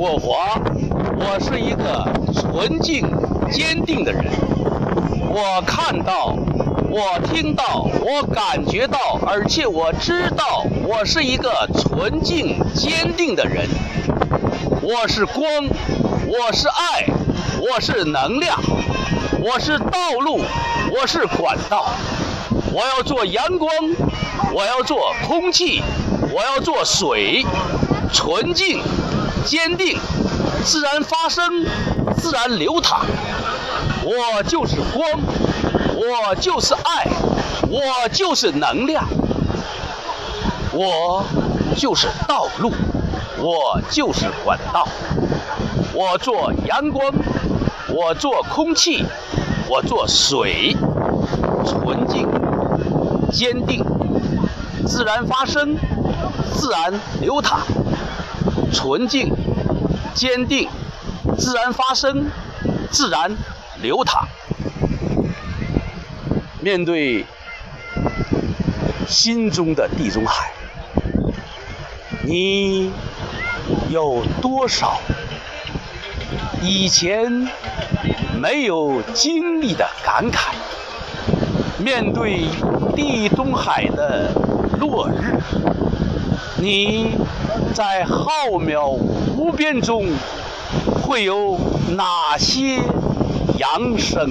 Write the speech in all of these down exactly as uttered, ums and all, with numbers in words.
我华，我是一个纯净、坚定的人。我看到，我听到，我感觉到，而且我知道，我是一个纯净、坚定的人。我是光，我是爱，我是能量，我是道路，我是管道。我要做阳光，我要做空气，我要做水，纯净、坚定，自然发生，自然流淌。我就是光，我就是爱，我就是能量，我就是道路，我就是管道。我做阳光，我做空气，我做水，纯净、坚定，自然发生，自然流淌。纯净、坚定，自然发生，自然流淌。面对心中的地中海，你有多少以前没有经历的感慨？面对地中海的落日，你在浩渺无边中会有哪些扬声？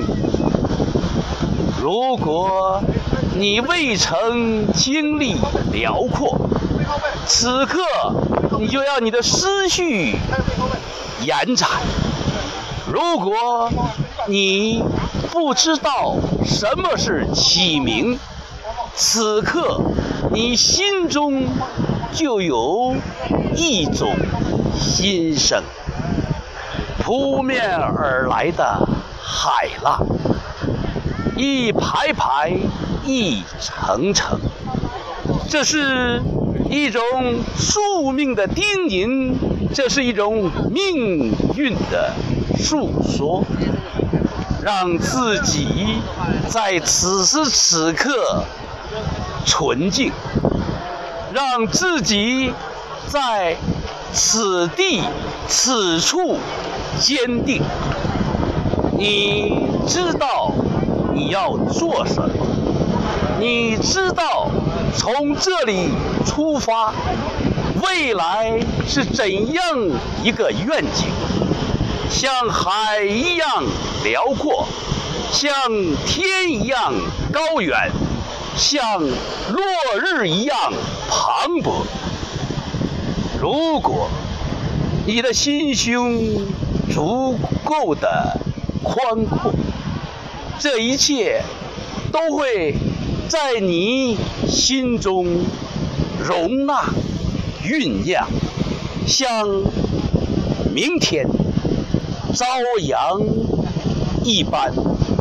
如果你未曾经历辽阔，此刻你就要你的思绪延展。如果你不知道什么是启明，此刻你心中就有一种心声。扑面而来的海浪，一排排，一层层，这是一种宿命的叮咛，这是一种命运的诉说。让自己在此时此刻纯净，让自己在此地此处坚定。你知道你要做什么，你知道从这里出发，未来是怎样一个愿景，像海一样辽阔，像天一样高远，像落日一样磅礴。如果你的心胸足够的宽阔，这一切都会在你心中容纳酝酿，像明天朝阳一般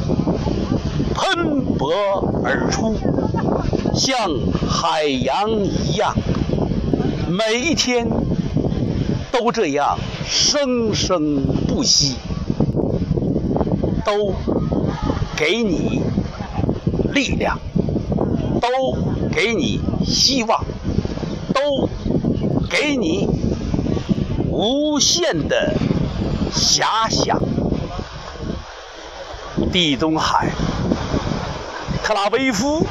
喷薄而出，像海洋一样，每一天都这样生生不息，都给你力量，都给你希望，都给你无限的遐想。地中海，特拉维夫，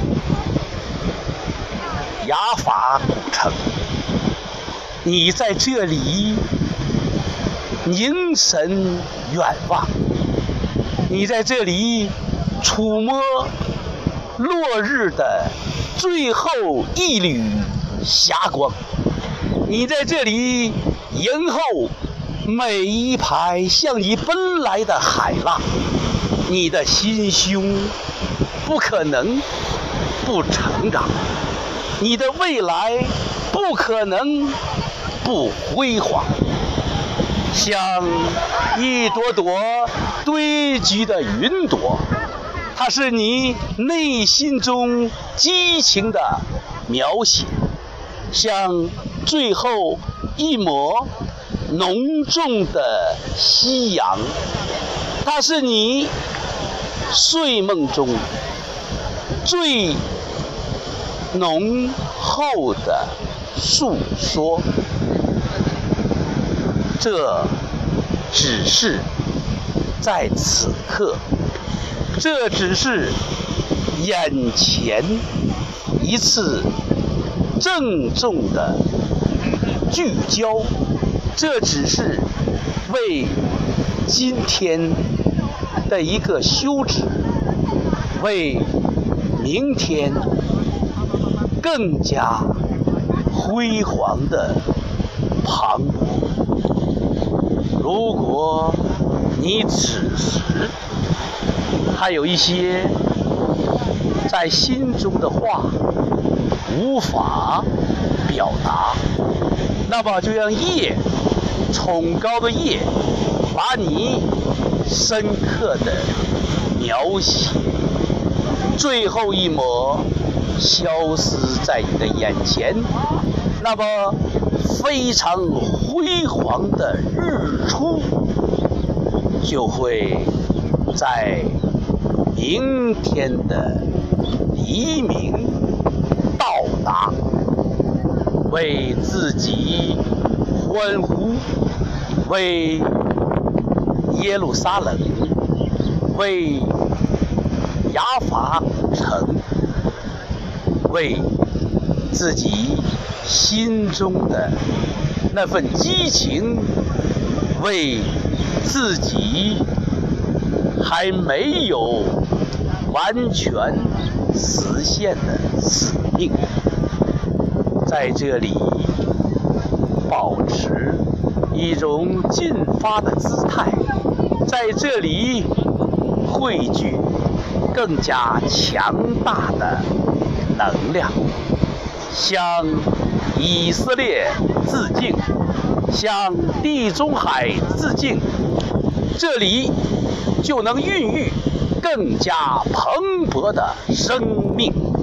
雅法古城，你在这里凝神远望，你在这里触摸落日的最后一缕霞光，你在这里迎候每一排向你奔来的海浪。你的心胸不可能不成长，你的未来不可能不辉煌。像一朵朵堆积的云朵，它是你内心中激情的描写，像最后一抹浓重的夕阳，它是你睡梦中最浓厚的诉说。 这只是在此刻，这只是眼前一次郑重的聚焦，这只是为今天的一个休止，为明天更加辉煌的磅礴。如果你此时还有一些在心中的话无法表达，那么就让夜，崇高的夜，把你深刻的描写，最后一抹消失在你的眼前，那么非常辉煌的日出就会在明天的黎明到达，为自己欢呼，为耶路撒冷，为亚法城，为自己心中的那份激情，为自己还没有完全实现的使命，在这里保持一种进发的姿态，在这里汇聚更加强大的能量，向以色列致敬，向地中海致敬，这里就能孕育更加蓬勃的生命。